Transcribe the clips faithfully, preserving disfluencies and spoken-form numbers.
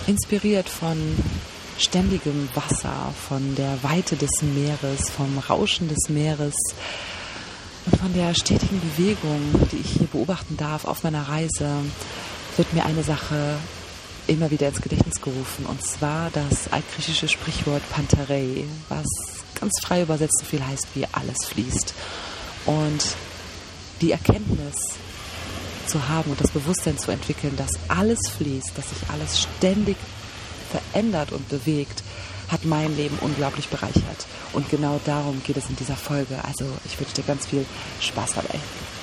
inspiriert von ständigem Wasser, von der Weite des Meeres, vom Rauschen des Meeres und von der stetigen Bewegung, die ich hier beobachten darf auf meiner Reise, wird mir eine Sache immer wieder ins Gedächtnis gerufen, und zwar das altgriechische Sprichwort Pantarei, was ganz frei übersetzt so viel heißt wie alles fließt. Und die Erkenntnis zu haben und das Bewusstsein zu entwickeln, dass alles fließt, dass sich alles ständig verändert und bewegt, hat mein Leben unglaublich bereichert. Und genau darum geht es in dieser Folge. Also ich wünsche dir ganz viel Spaß dabei.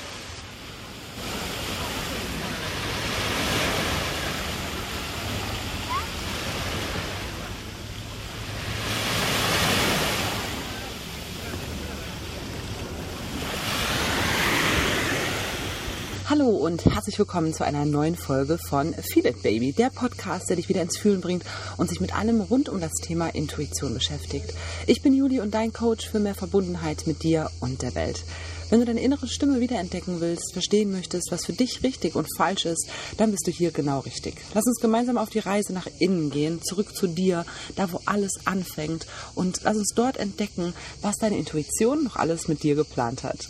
Hallo und herzlich willkommen zu einer neuen Folge von Feel It Baby, der Podcast, der dich wieder ins Fühlen bringt und sich mit allem rund um das Thema Intuition beschäftigt. Ich bin Juli und dein Coach für mehr Verbundenheit mit dir und der Welt. Wenn du deine innere Stimme wiederentdecken willst, verstehen möchtest, was für dich richtig und falsch ist, dann bist du hier genau richtig. Lass uns gemeinsam auf die Reise nach innen gehen, zurück zu dir, da wo alles anfängt, und lass uns dort entdecken, was deine Intuition noch alles mit dir geplant hat.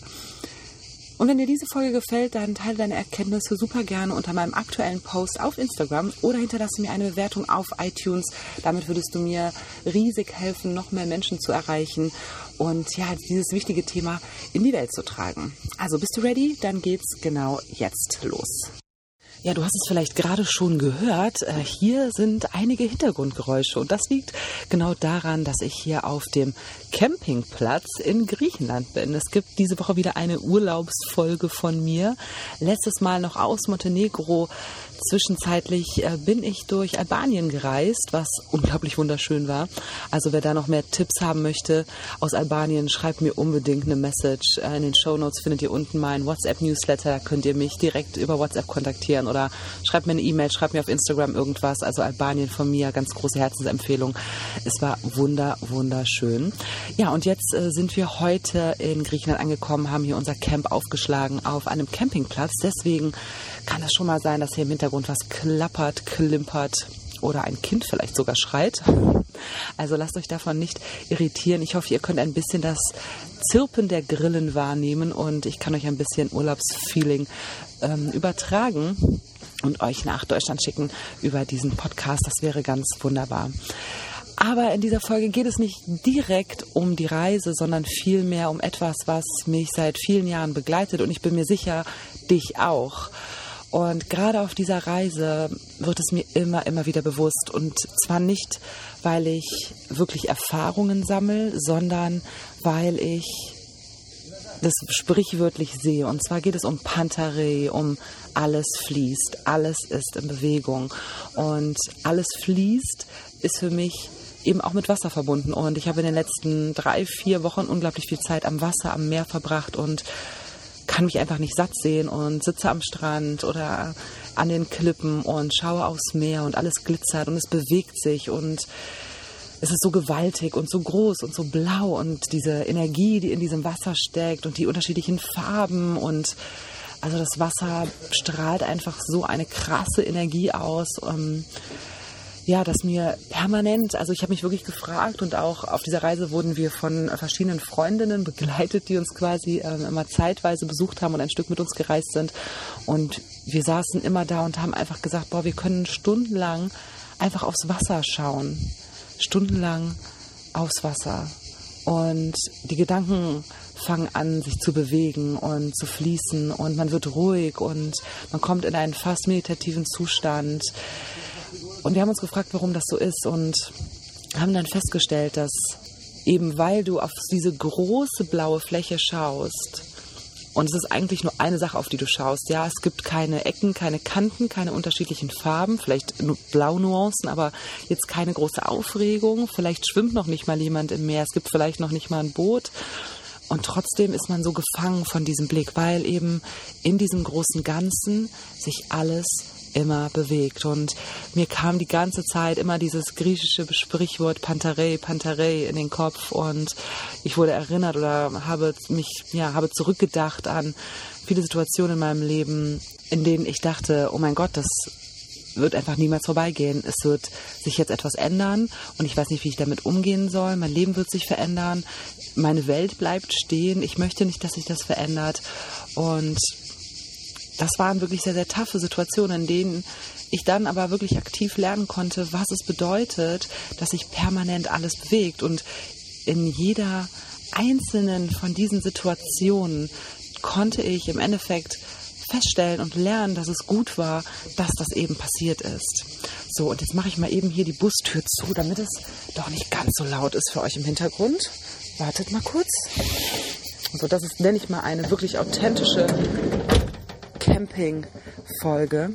Und wenn dir diese Folge gefällt, dann teile deine Erkenntnisse super gerne unter meinem aktuellen Post auf Instagram oder hinterlasse mir eine Bewertung auf iTunes. Damit würdest du mir riesig helfen, noch mehr Menschen zu erreichen und ja, dieses wichtige Thema in die Welt zu tragen. Also bist du ready? Dann geht's genau jetzt los. Ja, du hast es vielleicht gerade schon gehört, äh, hier sind einige Hintergrundgeräusche, und das liegt genau daran, dass ich hier auf dem Campingplatz in Griechenland bin. Es gibt diese Woche wieder eine Urlaubsfolge von mir. Letztes Mal noch aus Montenegro. Zwischenzeitlich äh, bin ich durch Albanien gereist, was unglaublich wunderschön war. Also wer da noch mehr Tipps haben möchte aus Albanien, schreibt mir unbedingt eine Message. Äh, in den Shownotes findet ihr unten meinen WhatsApp-Newsletter. Da könnt ihr mich direkt über WhatsApp kontaktieren oder schreibt mir eine E-Mail, schreibt mir auf Instagram irgendwas. Also Albanien von mir, ganz große Herzensempfehlung. Es war wunder, wunderschön. Ja, und jetzt äh, sind wir heute in Griechenland angekommen, haben hier unser Camp aufgeschlagen auf einem Campingplatz. Deswegen kann es schon mal sein, dass hier im Hintergrund was klappert, klimpert oder ein Kind vielleicht sogar schreit. Also lasst euch davon nicht irritieren. Ich hoffe, ihr könnt ein bisschen das Zirpen der Grillen wahrnehmen und ich kann euch ein bisschen Urlaubsfeeling ähm, übertragen und euch nach Deutschland schicken über diesen Podcast. Das wäre ganz wunderbar. Aber in dieser Folge geht es nicht direkt um die Reise, sondern vielmehr um etwas, was mich seit vielen Jahren begleitet, und ich bin mir sicher, dich auch. Und gerade auf dieser Reise wird es mir immer, immer wieder bewusst. Und zwar nicht, weil ich wirklich Erfahrungen sammle, sondern weil ich das sprichwörtlich sehe. Und zwar geht es um Pantarei, um alles fließt, alles ist in Bewegung. Und alles fließt ist für mich eben auch mit Wasser verbunden. Und ich habe in den letzten drei, vier Wochen unglaublich viel Zeit am Wasser, am Meer verbracht und kann mich einfach nicht satt sehen und sitze am Strand oder an den Klippen und schaue aufs Meer und alles glitzert und es bewegt sich und es ist so gewaltig und so groß und so blau und diese Energie, die in diesem Wasser steckt und die unterschiedlichen Farben, und also das Wasser strahlt einfach so eine krasse Energie aus. Ähm, Ja, dass mir permanent, also ich habe mich wirklich gefragt, und auch auf dieser Reise wurden wir von verschiedenen Freundinnen begleitet, die uns quasi äh, immer zeitweise besucht haben und ein Stück mit uns gereist sind. Und wir saßen immer da und haben einfach gesagt, boah, wir können stundenlang einfach aufs Wasser schauen. Stundenlang aufs Wasser. Und die Gedanken fangen an, sich zu bewegen und zu fließen, und man wird ruhig und man kommt in einen fast meditativen Zustand. Und wir haben uns gefragt, warum das so ist, und haben dann festgestellt, dass eben weil du auf diese große blaue Fläche schaust, und es ist eigentlich nur eine Sache, auf die du schaust, ja, es gibt keine Ecken, keine Kanten, keine unterschiedlichen Farben, vielleicht nur Blaunuancen, aber jetzt keine große Aufregung, vielleicht schwimmt noch nicht mal jemand im Meer, es gibt vielleicht noch nicht mal ein Boot, und trotzdem ist man so gefangen von diesem Blick, weil eben in diesem großen Ganzen sich alles immer bewegt. Und mir kam die ganze Zeit immer dieses griechische Sprichwort Pantarei, Pantarei in den Kopf, und ich wurde erinnert oder habe mich, ja, habe zurückgedacht an viele Situationen in meinem Leben, in denen ich dachte, oh mein Gott, das wird einfach niemals vorbeigehen. Es wird sich jetzt etwas ändern und ich weiß nicht, wie ich damit umgehen soll. Mein Leben wird sich verändern. Meine Welt bleibt stehen. Ich möchte nicht, dass sich das verändert. Und das waren wirklich sehr, sehr taffe Situationen, in denen ich dann aber wirklich aktiv lernen konnte, was es bedeutet, dass sich permanent alles bewegt. Und in jeder einzelnen von diesen Situationen konnte ich im Endeffekt feststellen und lernen, dass es gut war, dass das eben passiert ist. So, und jetzt mache ich mal eben hier die Bustür zu, damit es doch nicht ganz so laut ist für euch im Hintergrund. Wartet mal kurz. So, das ist, nenne ich mal, eine wirklich authentische Camping-Folge.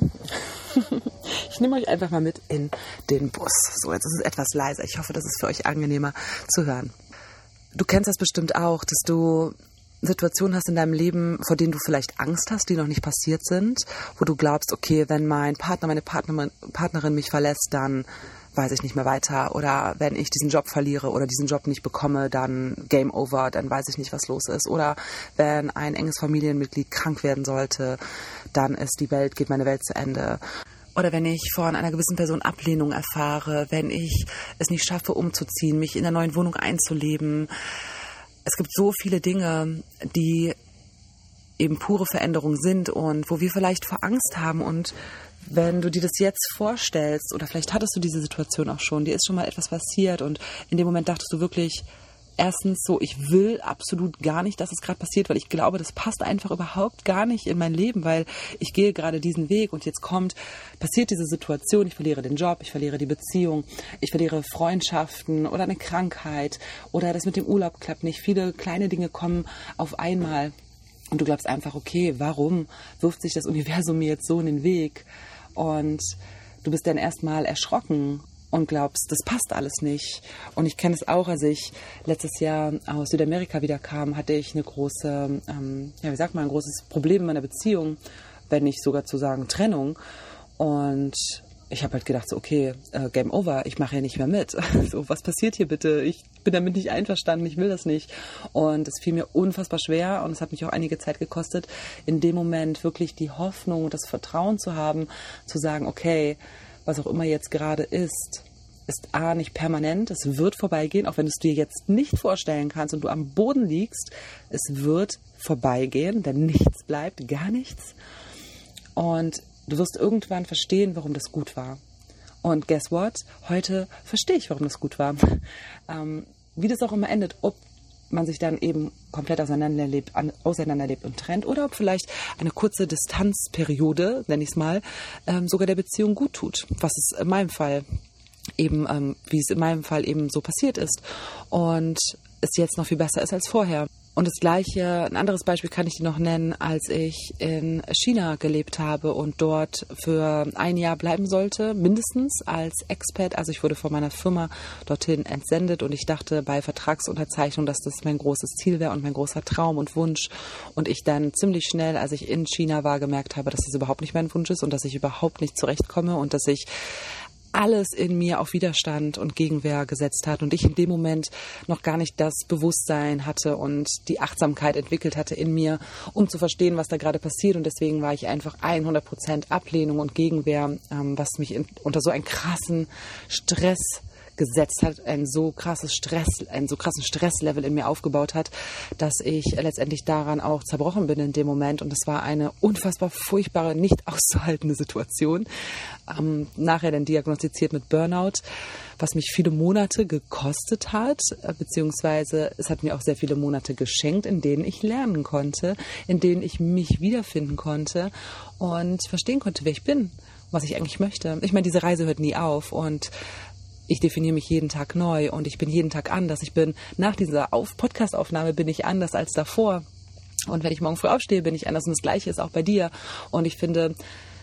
Ich nehme euch einfach mal mit in den Bus. So, jetzt ist es etwas leiser. Ich hoffe, das ist für euch angenehmer zu hören. Du kennst das bestimmt auch, dass du Situationen hast in deinem Leben, vor denen du vielleicht Angst hast, die noch nicht passiert sind, wo du glaubst, okay, wenn mein Partner, meine Partnerin, Partnerin mich verlässt, dann weiß ich nicht mehr weiter, oder wenn ich diesen Job verliere oder diesen Job nicht bekomme, dann Game Over, dann weiß ich nicht, was los ist, oder wenn ein enges Familienmitglied krank werden sollte, dann ist die Welt, geht meine Welt zu Ende. Oder wenn ich von einer gewissen Person Ablehnung erfahre, wenn ich es nicht schaffe, umzuziehen, mich in der neuen Wohnung einzuleben. Es gibt so viele Dinge, die eben pure Veränderung sind und wo wir vielleicht vor Angst haben. Und wenn du dir das jetzt vorstellst, oder vielleicht hattest du diese Situation auch schon, dir ist schon mal etwas passiert und in dem Moment dachtest du wirklich, erstens so, ich will absolut gar nicht, dass es gerade passiert, weil ich glaube, das passt einfach überhaupt gar nicht in mein Leben, weil ich gehe gerade diesen Weg und jetzt kommt, passiert diese Situation, ich verliere den Job, ich verliere die Beziehung, ich verliere Freundschaften oder eine Krankheit oder das mit dem Urlaub klappt nicht. Viele kleine Dinge kommen auf einmal und du glaubst einfach, okay, warum wirft sich das Universum mir jetzt so in den Weg? Und du bist dann erstmal erschrocken und glaubst, das passt alles nicht. Und ich kenne es auch, als ich letztes Jahr aus Südamerika wieder kam, hatte ich eine große, ähm, ja, wie sagt man, ein großes Problem in meiner Beziehung, wenn nicht sogar zu sagen Trennung. Und ich habe halt gedacht, so, okay, äh, Game Over, ich mache ja nicht mehr mit. So, was passiert hier bitte? Ich bin damit nicht einverstanden, ich will das nicht. Und es fiel mir unfassbar schwer und es hat mich auch einige Zeit gekostet, in dem Moment wirklich die Hoffnung und das Vertrauen zu haben, zu sagen, okay, was auch immer jetzt gerade ist, ist A, nicht permanent, es wird vorbeigehen, auch wenn du es dir jetzt nicht vorstellen kannst und du am Boden liegst, es wird vorbeigehen, denn nichts bleibt, gar nichts. Und du wirst irgendwann verstehen, warum das gut war. Und guess what? Heute verstehe ich, warum das gut war. Ähm, wie das auch immer endet, ob man sich dann eben komplett auseinanderlebt, an, auseinanderlebt und trennt oder ob vielleicht eine kurze Distanzperiode, nenne ich es mal, ähm, sogar der Beziehung gut tut. Was es in meinem Fall eben, ähm, wie es in meinem Fall eben so passiert ist und es jetzt noch viel besser ist als vorher. Und das Gleiche, ein anderes Beispiel kann ich dir noch nennen, als ich in China gelebt habe und dort für ein Jahr bleiben sollte, mindestens als Expat. Also ich wurde von meiner Firma dorthin entsendet und ich dachte bei Vertragsunterzeichnung, dass das mein großes Ziel wäre und mein großer Traum und Wunsch. Und ich dann ziemlich schnell, als ich in China war, gemerkt habe, dass das überhaupt nicht mein Wunsch ist und dass ich überhaupt nicht zurechtkomme und dass ich alles in mir auf Widerstand und Gegenwehr gesetzt hat und ich in dem Moment noch gar nicht das Bewusstsein hatte und die Achtsamkeit entwickelt hatte in mir, um zu verstehen, was da gerade passiert. Und deswegen war ich einfach hundert Prozent Ablehnung und Gegenwehr, ähm, was mich in, unter so einen krassen Stress gesetzt hat, ein so krasses Stress, einen so krassen Stresslevel in mir aufgebaut hat, dass ich letztendlich daran auch zerbrochen bin in dem Moment. Und es war eine unfassbar furchtbare, nicht auszuhaltende Situation. Ähm, nachher dann diagnostiziert mit Burnout, was mich viele Monate gekostet hat, beziehungsweise es hat mir auch sehr viele Monate geschenkt, in denen ich lernen konnte, in denen ich mich wiederfinden konnte und verstehen konnte, wer ich bin, was ich eigentlich möchte. Ich meine, diese Reise hört nie auf und ich definiere mich jeden Tag neu und ich bin jeden Tag anders. Ich bin nach dieser Auf- Podcast-Aufnahme bin ich anders als davor. Und wenn ich morgen früh aufstehe, bin ich anders. Und das Gleiche ist auch bei dir. Und ich finde,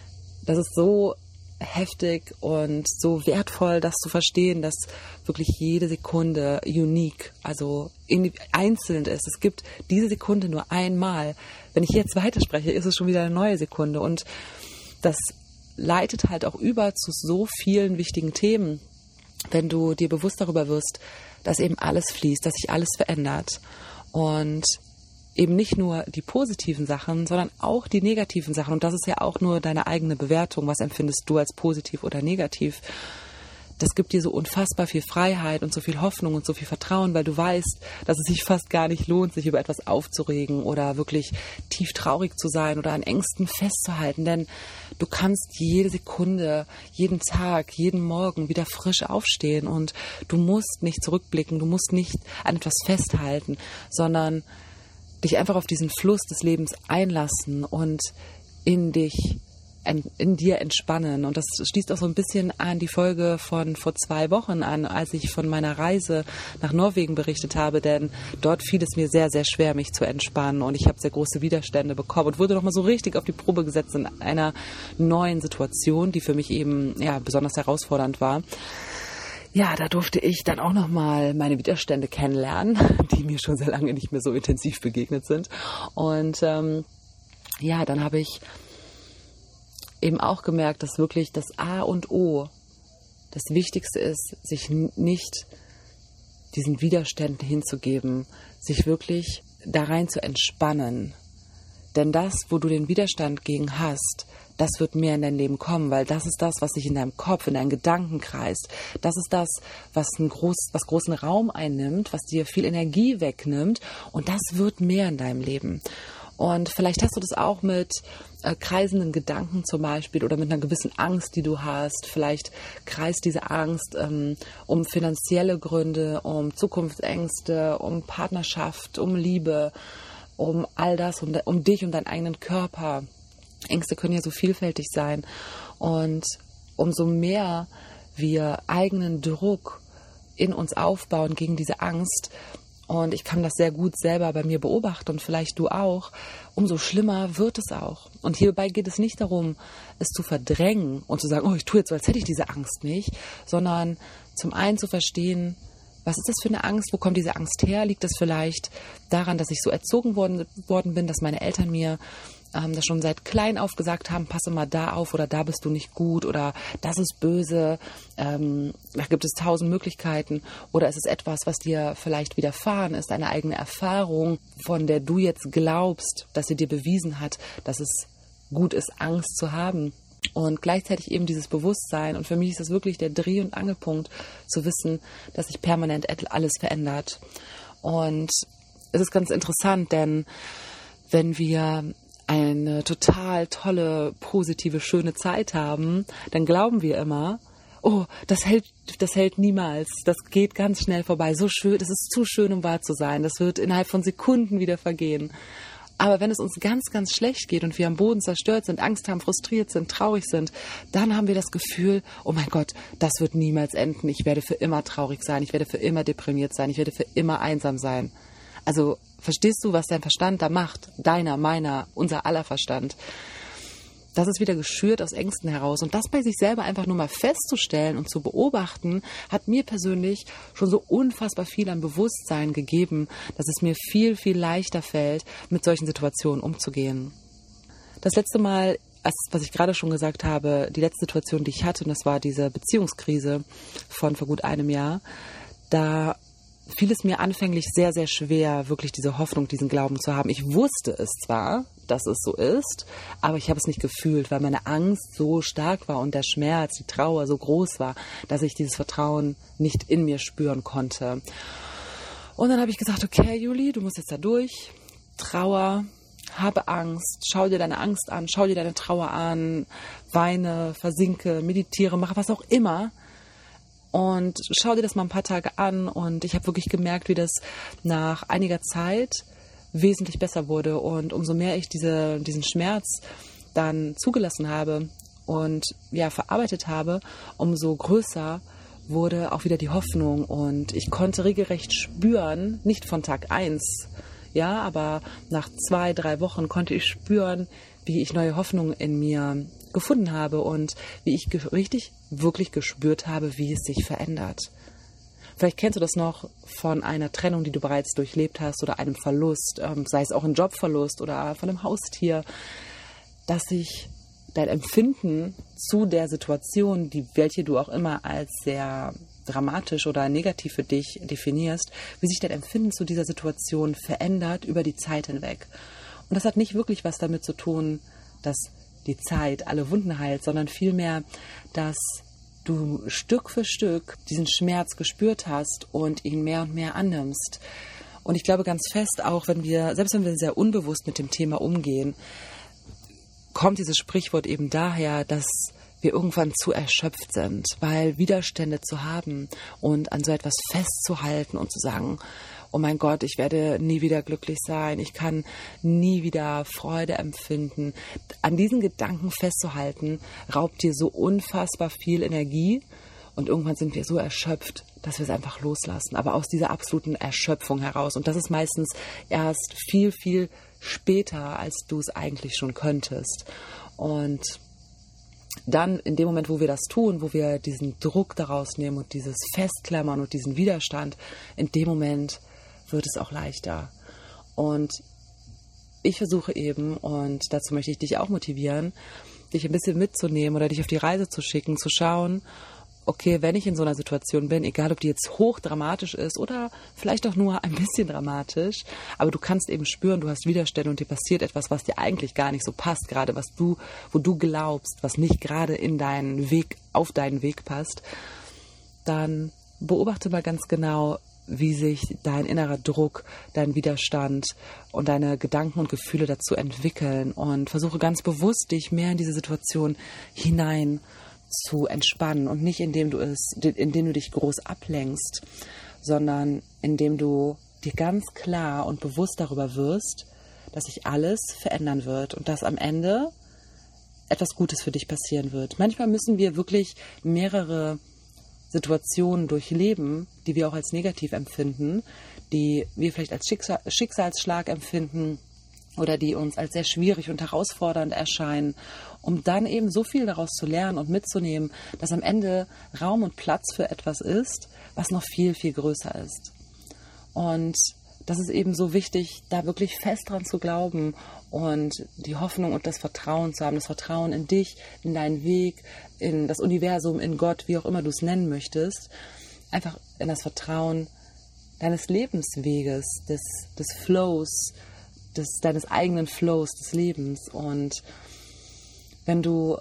das ist so heftig und so wertvoll, das zu verstehen, dass wirklich jede Sekunde unique, also einzeln ist. Es gibt diese Sekunde nur einmal. Wenn ich jetzt weiterspreche, ist es schon wieder eine neue Sekunde. Und das leitet halt auch über zu so vielen wichtigen Themen, wenn du dir bewusst darüber wirst, dass eben alles fließt, dass sich alles verändert. Und eben nicht nur die positiven Sachen, sondern auch die negativen Sachen. Und das ist ja auch nur deine eigene Bewertung. Was empfindest du als positiv oder negativ? Das gibt dir so unfassbar viel Freiheit und so viel Hoffnung und so viel Vertrauen, weil du weißt, dass es sich fast gar nicht lohnt, sich über etwas aufzuregen oder wirklich tief traurig zu sein oder an Ängsten festzuhalten. Denn du kannst jede Sekunde, jeden Tag, jeden Morgen wieder frisch aufstehen und du musst nicht zurückblicken, du musst nicht an etwas festhalten, sondern dich einfach auf diesen Fluss des Lebens einlassen und in dich in dir entspannen. Und das schließt auch so ein bisschen an die Folge von vor zwei Wochen an, als ich von meiner Reise nach Norwegen berichtet habe, denn dort fiel es mir sehr, sehr schwer, mich zu entspannen und ich habe sehr große Widerstände bekommen und wurde nochmal so richtig auf die Probe gesetzt in einer neuen Situation, die für mich eben ja besonders herausfordernd war. Ja, da durfte ich dann auch nochmal meine Widerstände kennenlernen, die mir schon sehr lange nicht mehr so intensiv begegnet sind. Und ähm, ja, dann habe ich eben auch gemerkt, dass wirklich das A und O, das Wichtigste ist, sich nicht diesen Widerständen hinzugeben, sich wirklich da rein zu entspannen. Denn das, wo du den Widerstand gegen hast, das wird mehr in dein Leben kommen, weil das ist das, was sich in deinem Kopf, in deinen Gedanken kreist. Das ist das, was, einen groß, was großen Raum einnimmt, was dir viel Energie wegnimmt und das wird mehr in deinem Leben. Und vielleicht hast du das auch mit äh, kreisenden Gedanken zum Beispiel oder mit einer gewissen Angst, die du hast. Vielleicht kreist diese Angst ähm, um finanzielle Gründe, um Zukunftsängste, um Partnerschaft, um Liebe, um all das, um, um dich und deinen eigenen Körper. Ängste können ja so vielfältig sein. Und umso mehr wir eigenen Druck in uns aufbauen gegen diese Angst, und ich kann das sehr gut selber bei mir beobachten und vielleicht du auch, umso schlimmer wird es auch. Und hierbei geht es nicht darum, es zu verdrängen und zu sagen, oh, ich tue jetzt so, als hätte ich diese Angst nicht, sondern zum einen zu verstehen, was ist das für eine Angst, wo kommt diese Angst her? Liegt das vielleicht daran, dass ich so erzogen worden, worden bin, dass meine Eltern mir ähm, das schon seit klein auf gesagt haben, passe mal da auf oder da bist du nicht gut oder das ist böse, ähm, da gibt es tausend Möglichkeiten. Oder ist es etwas, was dir vielleicht widerfahren ist, eine eigene Erfahrung, von der du jetzt glaubst, dass sie dir bewiesen hat, dass es gut ist, Angst zu haben. Und gleichzeitig eben dieses Bewusstsein. Und für mich ist das wirklich der Dreh- und Angelpunkt, zu wissen, dass sich permanent alles verändert. Und es ist ganz interessant, denn wenn wir eine total tolle, positive, schöne Zeit haben, dann glauben wir immer, oh, das hält, das hält niemals, das geht ganz schnell vorbei, so schön, das ist zu schön, um wahr zu sein, das wird innerhalb von Sekunden wieder vergehen. Aber wenn es uns ganz, ganz schlecht geht und wir am Boden zerstört sind, Angst haben, frustriert sind, traurig sind, dann haben wir das Gefühl, oh mein Gott, das wird niemals enden. Ich werde für immer traurig sein, ich werde für immer deprimiert sein, ich werde für immer einsam sein. Also verstehst du, was dein Verstand da macht? Deiner, meiner, unser aller Verstand. Das ist wieder geschürt aus Ängsten heraus. Und das bei sich selber einfach nur mal festzustellen und zu beobachten, hat mir persönlich schon so unfassbar viel an Bewusstsein gegeben, dass es mir viel, viel leichter fällt, mit solchen Situationen umzugehen. Das letzte Mal, was ich gerade schon gesagt habe, die letzte Situation, die ich hatte, und das war diese Beziehungskrise von vor gut einem Jahr, da fiel es mir anfänglich sehr, sehr schwer, wirklich diese Hoffnung, diesen Glauben zu haben. Ich wusste es zwar, dass es so ist, aber ich habe es nicht gefühlt, weil meine Angst so stark war und der Schmerz, die Trauer so groß war, dass ich dieses Vertrauen nicht in mir spüren konnte. Und dann habe ich gesagt, okay, Juli, du musst jetzt da durch. Trauer, habe Angst, schau dir deine Angst an, schau dir deine Trauer an, weine, versinke, meditiere, mache was auch immer. Und schau dir das mal ein paar Tage an und ich habe wirklich gemerkt, wie das nach einiger Zeit wesentlich besser wurde und umso mehr ich diese, diesen Schmerz dann zugelassen habe und ja verarbeitet habe, umso größer wurde auch wieder die Hoffnung und ich konnte regelrecht spüren, nicht von Tag eins, ja, aber nach zwei, drei Wochen konnte ich spüren, wie ich neue Hoffnung in mir gefunden habe und wie ich ge- richtig, wirklich gespürt habe, wie es sich verändert. Vielleicht kennst du das noch von einer Trennung, die du bereits durchlebt hast oder einem Verlust, ähm, sei es auch ein Jobverlust oder von einem Haustier, dass sich dein Empfinden zu der Situation, die welche du auch immer als sehr dramatisch oder negativ für dich definierst, wie sich dein Empfinden zu dieser Situation verändert über die Zeit hinweg. Und das hat nicht wirklich was damit zu tun, dass die Zeit alle Wunden heilt, sondern vielmehr, dass du Stück für Stück diesen Schmerz gespürt hast und ihn mehr und mehr annimmst. Und ich glaube ganz fest, auch wenn wir, selbst wenn wir sehr unbewusst mit dem Thema umgehen, kommt dieses Sprichwort eben daher, dass wir irgendwann zu erschöpft sind, weil Widerstände zu haben und an so etwas festzuhalten und zu sagen, oh mein Gott, ich werde nie wieder glücklich sein, ich kann nie wieder Freude empfinden. An diesen Gedanken festzuhalten, raubt dir so unfassbar viel Energie und irgendwann sind wir so erschöpft, dass wir es einfach loslassen. Aber aus dieser absoluten Erschöpfung heraus. Und das ist meistens erst viel, viel später, als du es eigentlich schon könntest. Und dann in dem Moment, wo wir das tun, wo wir diesen Druck daraus nehmen und dieses Festklammern und diesen Widerstand, in dem Moment wird es auch leichter. Und ich versuche eben, und dazu möchte ich dich auch motivieren, dich ein bisschen mitzunehmen oder dich auf die Reise zu schicken, zu schauen, okay, wenn ich in so einer Situation bin, egal ob die jetzt hochdramatisch ist oder vielleicht auch nur ein bisschen dramatisch, aber du kannst eben spüren, du hast Widerstände und dir passiert etwas, was dir eigentlich gar nicht so passt, gerade was du, wo du glaubst, was nicht gerade in deinen Weg, auf deinen Weg passt, dann beobachte mal ganz genau, wie sich dein innerer Druck, dein Widerstand und deine Gedanken und Gefühle dazu entwickeln und versuche ganz bewusst, dich mehr in diese Situation hinein zu entspannen und nicht indem du es, indem du dich groß ablenkst, sondern indem du dir ganz klar und bewusst darüber wirst, dass sich alles verändern wird und dass am Ende etwas Gutes für dich passieren wird. Manchmal müssen wir wirklich mehrere Situationen durchleben, die wir auch als negativ empfinden, die wir vielleicht als Schicksal, Schicksalsschlag empfinden oder die uns als sehr schwierig und herausfordernd erscheinen, um dann eben so viel daraus zu lernen und mitzunehmen, dass am Ende Raum und Platz für etwas ist, was noch viel, viel größer ist. Und das ist eben so wichtig, da wirklich fest dran zu glauben und die Hoffnung und das Vertrauen zu haben, das Vertrauen in dich, in deinen Weg, in das Universum, in Gott, wie auch immer du es nennen möchtest, einfach in das Vertrauen deines Lebensweges, des, des Flows, des, deines eigenen Flows des Lebens. Und wenn du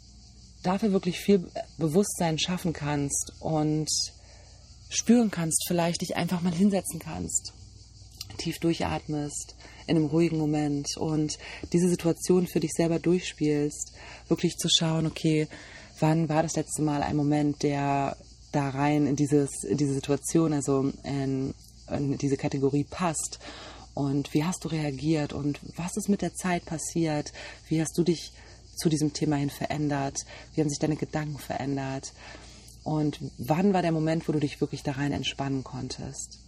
dafür wirklich viel Bewusstsein schaffen kannst und spüren kannst, vielleicht dich einfach mal hinsetzen kannst, tief durchatmest, in einem ruhigen Moment und diese Situation für dich selber durchspielst, wirklich zu schauen, okay, wann war das letzte Mal ein Moment, der da rein in, dieses, in diese Situation, also in, in diese Kategorie passt und wie hast du reagiert und was ist mit der Zeit passiert, wie hast du dich zu diesem Thema hin verändert, wie haben sich deine Gedanken verändert und wann war der Moment, wo du dich wirklich da rein entspannen konntest.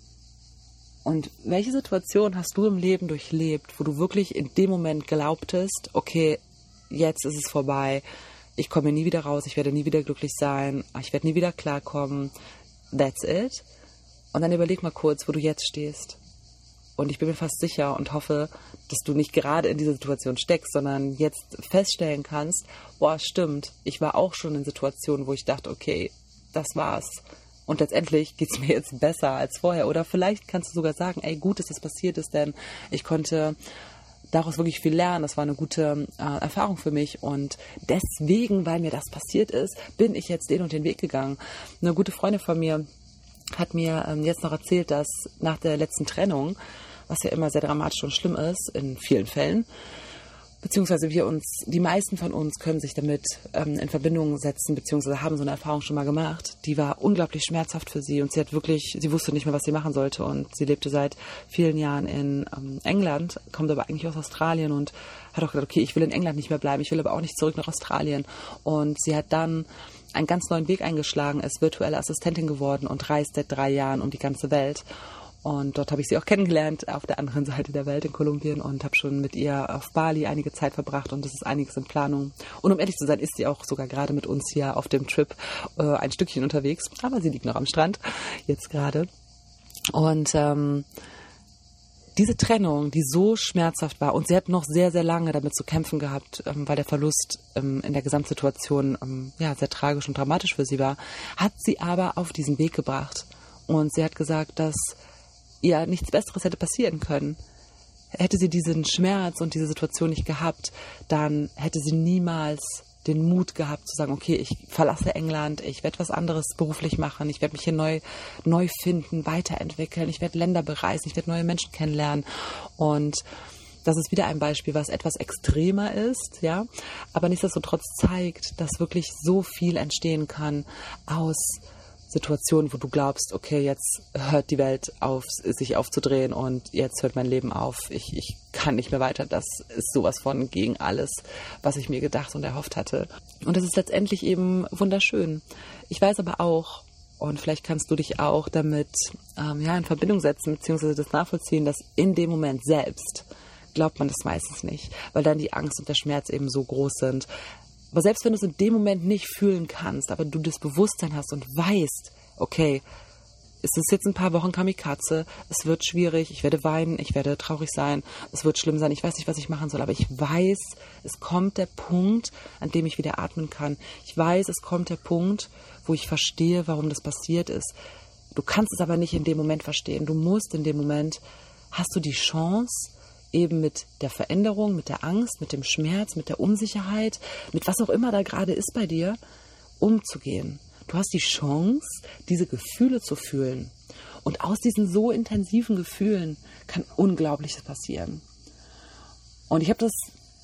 Und welche Situation hast du im Leben durchlebt, wo du wirklich in dem Moment glaubtest, okay, jetzt ist es vorbei, ich komme nie wieder raus, ich werde nie wieder glücklich sein, ich werde nie wieder klarkommen, that's it. Und dann überleg mal kurz, wo du jetzt stehst. Und ich bin mir fast sicher und hoffe, dass du nicht gerade in dieser Situation steckst, sondern jetzt feststellen kannst, boah, stimmt, ich war auch schon in Situationen, wo ich dachte, okay, das war's. Und letztendlich geht es mir jetzt besser als vorher. Oder vielleicht kannst du sogar sagen, ey, gut, dass das passiert ist, denn ich konnte daraus wirklich viel lernen. Das war eine gute äh, Erfahrung für mich. Und deswegen, weil mir das passiert ist, bin ich jetzt den und den Weg gegangen. Eine gute Freundin von mir hat mir ähm, jetzt noch erzählt, dass nach der letzten Trennung, was ja immer sehr dramatisch und schlimm ist, in vielen Fällen, beziehungsweise wir uns, die meisten von uns können sich damit ähm, in Verbindung setzen, beziehungsweise haben so eine Erfahrung schon mal gemacht. Die war unglaublich schmerzhaft für sie und sie hat wirklich, sie wusste nicht mehr, was sie machen sollte und sie lebte seit vielen Jahren in ähm, England, kommt aber eigentlich aus Australien und hat auch gesagt, okay, ich will in England nicht mehr bleiben, ich will aber auch nicht zurück nach Australien. Und sie hat dann einen ganz neuen Weg eingeschlagen, ist virtuelle Assistentin geworden und reist seit drei Jahren um die ganze Welt. Und dort habe ich sie auch kennengelernt, auf der anderen Seite der Welt in Kolumbien und habe schon mit ihr auf Bali einige Zeit verbracht und es ist einiges in Planung. Und um ehrlich zu sein, ist sie auch sogar gerade mit uns hier auf dem Trip äh, ein Stückchen unterwegs, aber sie liegt noch am Strand, jetzt gerade. Und ähm, diese Trennung, die so schmerzhaft war, und sie hat noch sehr, sehr lange damit zu kämpfen gehabt, ähm, weil der Verlust ähm, in der Gesamtsituation ähm, ja, sehr tragisch und dramatisch für sie war, hat sie aber auf diesen Weg gebracht. Und sie hat gesagt, dass ihr nichts Besseres hätte passieren können. Hätte sie diesen Schmerz und diese Situation nicht gehabt, dann hätte sie niemals den Mut gehabt zu sagen, okay, ich verlasse England, ich werde was anderes beruflich machen, ich werde mich hier neu, neu finden, weiterentwickeln, ich werde Länder bereisen, ich werde neue Menschen kennenlernen. Und das ist wieder ein Beispiel, was etwas extremer ist, ja, aber nichtsdestotrotz zeigt, dass wirklich so viel entstehen kann aus Situationen, wo du glaubst, okay, jetzt hört die Welt auf, sich aufzudrehen und jetzt hört mein Leben auf. Ich, ich kann nicht mehr weiter. Das ist sowas von gegen alles, was ich mir gedacht und erhofft hatte. Und das ist letztendlich eben wunderschön. Ich weiß aber auch, und vielleicht kannst du dich auch damit ähm, ja, in Verbindung setzen, beziehungsweise das nachvollziehen, dass in dem Moment selbst glaubt man das meistens nicht, weil dann die Angst und der Schmerz eben so groß sind. Aber selbst wenn du es in dem Moment nicht fühlen kannst, aber du das Bewusstsein hast und weißt, okay, es ist jetzt ein paar Wochen Kamikaze, es wird schwierig, ich werde weinen, ich werde traurig sein, es wird schlimm sein, ich weiß nicht, was ich machen soll, aber ich weiß, es kommt der Punkt, an dem ich wieder atmen kann. Ich weiß, es kommt der Punkt, wo ich verstehe, warum das passiert ist. Du kannst es aber nicht in dem Moment verstehen. Du musst in dem Moment, hast du die Chance, eben mit der Veränderung, mit der Angst, mit dem Schmerz, mit der Unsicherheit, mit was auch immer da gerade ist bei dir, umzugehen. Du hast die Chance, diese Gefühle zu fühlen. Und aus diesen so intensiven Gefühlen kann Unglaubliches passieren. Und ich habe das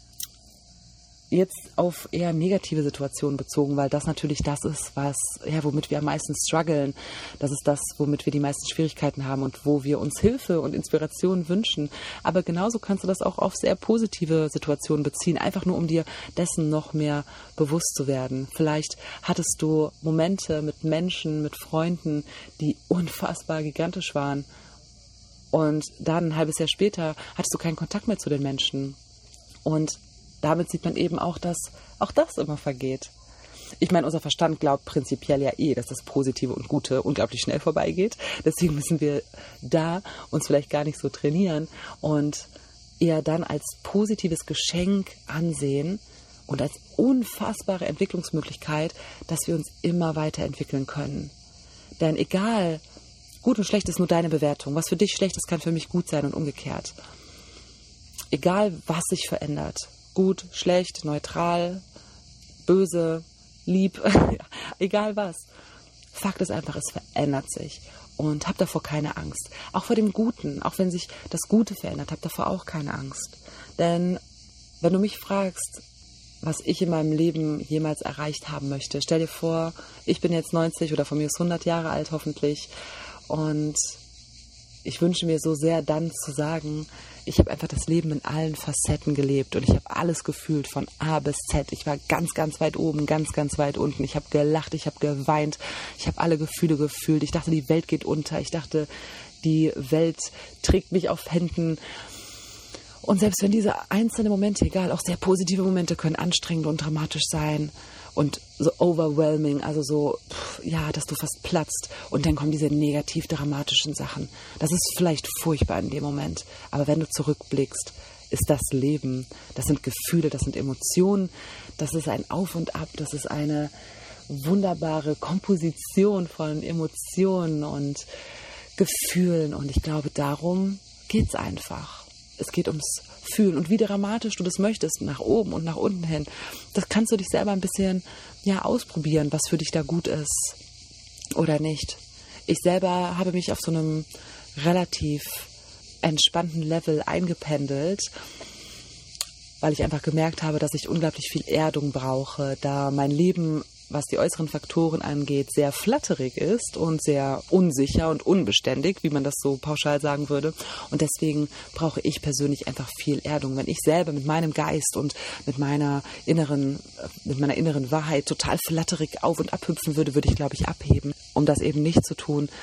jetzt auf eher negative Situationen bezogen, weil das natürlich das ist, was, ja, womit wir am meisten strugglen. Das ist das, womit wir die meisten Schwierigkeiten haben und wo wir uns Hilfe und Inspiration wünschen. Aber genauso kannst du das auch auf sehr positive Situationen beziehen, einfach nur um dir dessen noch mehr bewusst zu werden. Vielleicht hattest du Momente mit Menschen, mit Freunden, die unfassbar gigantisch waren. Und dann ein halbes Jahr später hattest du keinen Kontakt mehr zu den Menschen. Und damit sieht man eben auch, dass auch das immer vergeht. Ich meine, unser Verstand glaubt prinzipiell ja eh, dass das Positive und Gute unglaublich schnell vorbeigeht. Deswegen müssen wir da uns vielleicht gar nicht so trainieren und eher dann als positives Geschenk ansehen und als unfassbare Entwicklungsmöglichkeit, dass wir uns immer weiterentwickeln können. Denn egal, gut und schlecht ist nur deine Bewertung. Was für dich schlecht ist, kann für mich gut sein und umgekehrt. Egal, was sich verändert. Gut, schlecht, neutral, böse, lieb, egal was. Fakt ist einfach, es verändert sich. Und hab davor keine Angst. Auch vor dem Guten, auch wenn sich das Gute verändert, hab davor auch keine Angst. Denn wenn du mich fragst, was ich in meinem Leben jemals erreicht haben möchte, stell dir vor, ich bin jetzt neunzig oder von mir ist hundert Jahre alt hoffentlich und ich wünsche mir so sehr dann zu sagen, ich habe einfach das Leben in allen Facetten gelebt und ich habe alles gefühlt von A bis Z. Ich war ganz, ganz weit oben, ganz, ganz weit unten. Ich habe gelacht, ich habe geweint, ich habe alle Gefühle gefühlt. Ich dachte, die Welt geht unter. Ich dachte, die Welt trägt mich auf Händen. Und selbst wenn diese einzelnen Momente, egal, auch sehr positive Momente, können anstrengend und dramatisch sein und so overwhelming, also so, ja, dass du fast platzt und dann kommen diese negativ dramatischen Sachen. Das ist vielleicht furchtbar in dem Moment, aber wenn du zurückblickst, ist das Leben, das sind Gefühle, das sind Emotionen, das ist ein Auf und Ab, das ist eine wunderbare Komposition von Emotionen und Gefühlen und ich glaube, darum geht's einfach. Es geht ums Fühlen und wie dramatisch du das möchtest, nach oben und nach unten hin. Das kannst du dich selber ein bisschen ja ausprobieren, was für dich da gut ist oder nicht. Ich selber habe mich auf so einem relativ entspannten Level eingependelt, weil ich einfach gemerkt habe, dass ich unglaublich viel Erdung brauche, da mein Leben, was die äußeren Faktoren angeht, sehr flatterig ist und sehr unsicher und unbeständig, wie man das so pauschal sagen würde. Und deswegen brauche ich persönlich einfach viel Erdung. Wenn ich selber mit meinem Geist und mit meiner inneren, mit meiner inneren Wahrheit total flatterig auf- und abhüpfen würde, würde ich, glaube ich, abheben. Um das eben nicht zu tun,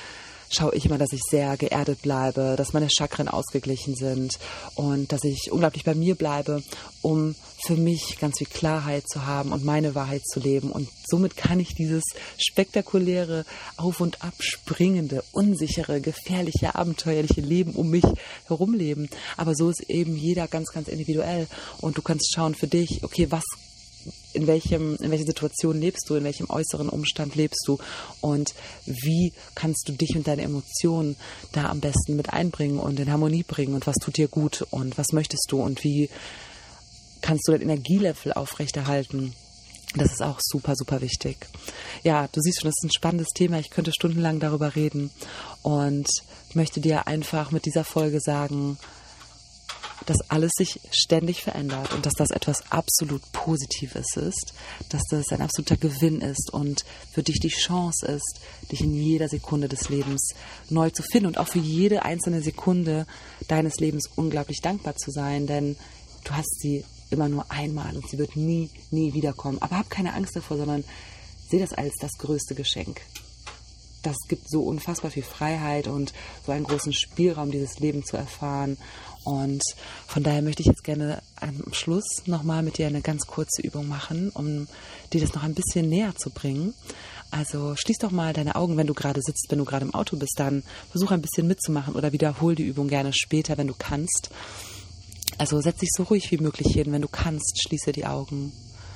schaue ich immer, dass ich sehr geerdet bleibe, dass meine Chakren ausgeglichen sind und dass ich unglaublich bei mir bleibe, um für mich ganz viel Klarheit zu haben und meine Wahrheit zu leben. Und somit kann ich dieses spektakuläre, auf- und abspringende, unsichere, gefährliche, abenteuerliche Leben um mich herum leben. Aber so ist eben jeder ganz, ganz individuell. Und du kannst schauen für dich, okay, was In welchem, in welcher Situation lebst du, in welchem äußeren Umstand lebst du und wie kannst du dich und deine Emotionen da am besten mit einbringen und in Harmonie bringen und was tut dir gut und was möchtest du und wie kannst du dein Energielevel aufrechterhalten. Das ist auch super, super wichtig. Ja, du siehst schon, das ist ein spannendes Thema. Ich könnte stundenlang darüber reden und möchte dir einfach mit dieser Folge sagen, dass alles sich ständig verändert und dass das etwas absolut Positives ist, dass das ein absoluter Gewinn ist und für dich die Chance ist, dich in jeder Sekunde des Lebens neu zu finden und auch für jede einzelne Sekunde deines Lebens unglaublich dankbar zu sein, denn du hast sie immer nur einmal und sie wird nie, nie wiederkommen. Aber hab keine Angst davor, sondern sehe das als das größte Geschenk. Das gibt so unfassbar viel Freiheit und so einen großen Spielraum, dieses Leben zu erfahren. Und von daher möchte ich jetzt gerne am Schluss nochmal mit dir eine ganz kurze Übung machen, um dir das noch ein bisschen näher zu bringen. Also schließ doch mal deine Augen, wenn du gerade sitzt, wenn du gerade im Auto bist, dann versuch ein bisschen mitzumachen oder wiederhol die Übung gerne später, wenn du kannst. Also setz dich so ruhig wie möglich hin. Wenn du kannst, schließe die Augen.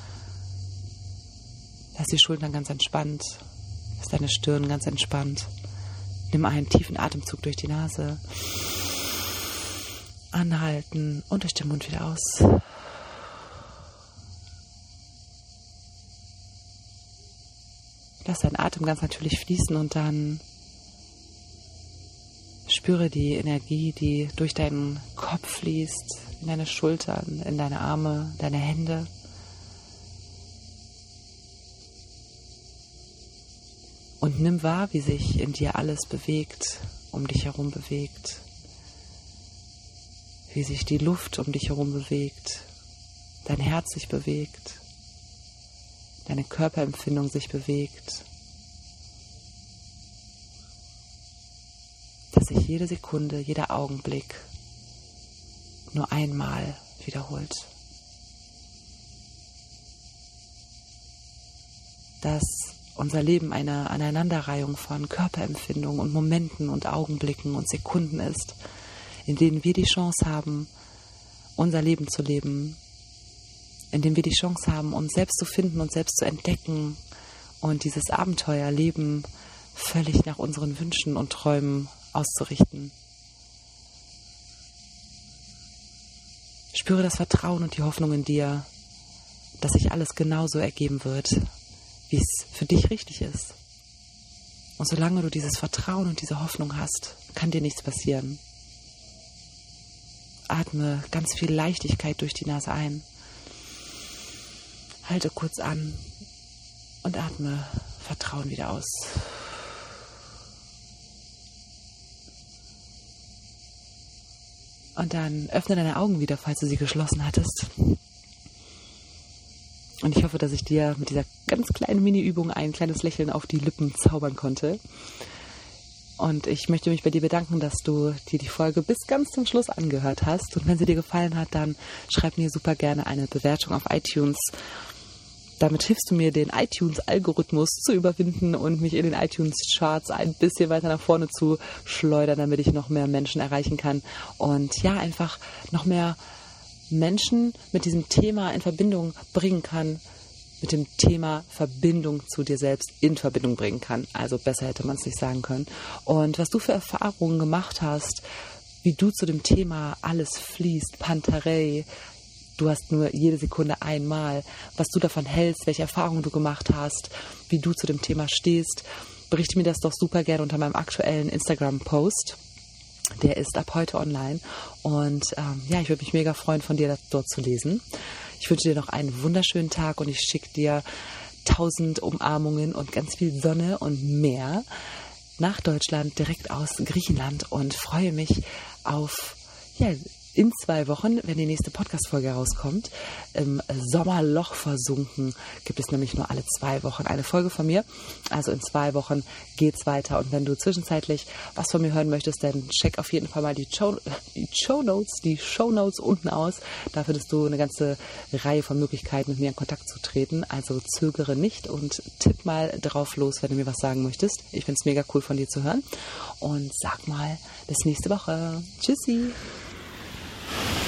Lass die Schultern ganz entspannt. Lass deine Stirn ganz entspannt. Nimm einen tiefen Atemzug durch die Nase. Anhalten und durch den Mund wieder aus. Lass deinen Atem ganz natürlich fließen und dann spüre die Energie, die durch deinen Kopf fließt, in deine Schultern, in deine Arme, deine Hände. Und nimm wahr, wie sich in dir alles bewegt, um dich herum bewegt. Wie sich die Luft um dich herum bewegt, dein Herz sich bewegt, deine Körperempfindung sich bewegt. Dass sich jede Sekunde, jeder Augenblick nur einmal wiederholt. Dass unser Leben eine Aneinanderreihung von Körperempfindungen und Momenten und Augenblicken und Sekunden ist, in denen wir die Chance haben, unser Leben zu leben, in denen wir die Chance haben, uns selbst zu finden und selbst zu entdecken und dieses Abenteuerleben völlig nach unseren Wünschen und Träumen auszurichten. Spüre das Vertrauen und die Hoffnung in dir, dass sich alles genauso ergeben wird, wie es für dich richtig ist. Und solange du dieses Vertrauen und diese Hoffnung hast, kann dir nichts passieren. Atme ganz viel Leichtigkeit durch die Nase ein. Halte kurz an und atme Vertrauen wieder aus. Und dann öffne deine Augen wieder, falls du sie geschlossen hattest. Und ich hoffe, dass ich dir mit dieser ganz kleinen Mini-Übung ein kleines Lächeln auf die Lippen zaubern konnte. Und ich möchte mich bei dir bedanken, dass du dir die Folge bis ganz zum Schluss angehört hast. Und wenn sie dir gefallen hat, dann schreib mir super gerne eine Bewertung auf iTunes. Damit hilfst du mir, den iTunes-Algorithmus zu überwinden und mich in den iTunes-Charts ein bisschen weiter nach vorne zu schleudern, damit ich noch mehr Menschen erreichen kann. Und ja, einfach noch mehr Menschen mit diesem Thema in Verbindung bringen kann, mit dem Thema Verbindung zu dir selbst in Verbindung bringen kann. Also besser hätte man es nicht sagen können. Und was du für Erfahrungen gemacht hast, wie du zu dem Thema alles fließt, Pantarei, du hast nur jede Sekunde einmal, was du davon hältst, welche Erfahrungen du gemacht hast, wie du zu dem Thema stehst, berichte mir das doch super gerne unter meinem aktuellen Instagram-Post. Der ist ab heute online. Und ähm, ja, ich würde mich mega freuen, von dir das dort zu lesen. Ich wünsche dir noch einen wunderschönen Tag und ich schicke dir tausend Umarmungen und ganz viel Sonne und mehr nach Deutschland, direkt aus Griechenland und freue mich auf ja, in zwei Wochen, wenn die nächste Podcast-Folge rauskommt. Im Sommerloch versunken gibt es nämlich nur alle zwei Wochen eine Folge von mir. Also in zwei Wochen geht's weiter. Und wenn du zwischenzeitlich was von mir hören möchtest, dann check auf jeden Fall mal die Show, die Shownotes, die Shownotes unten aus. Da findest du eine ganze Reihe von Möglichkeiten, mit mir in Kontakt zu treten. Also zögere nicht und tipp mal drauf los, wenn du mir was sagen möchtest. Ich finde es mega cool von dir zu hören. Und sag mal, bis nächste Woche. Tschüssi.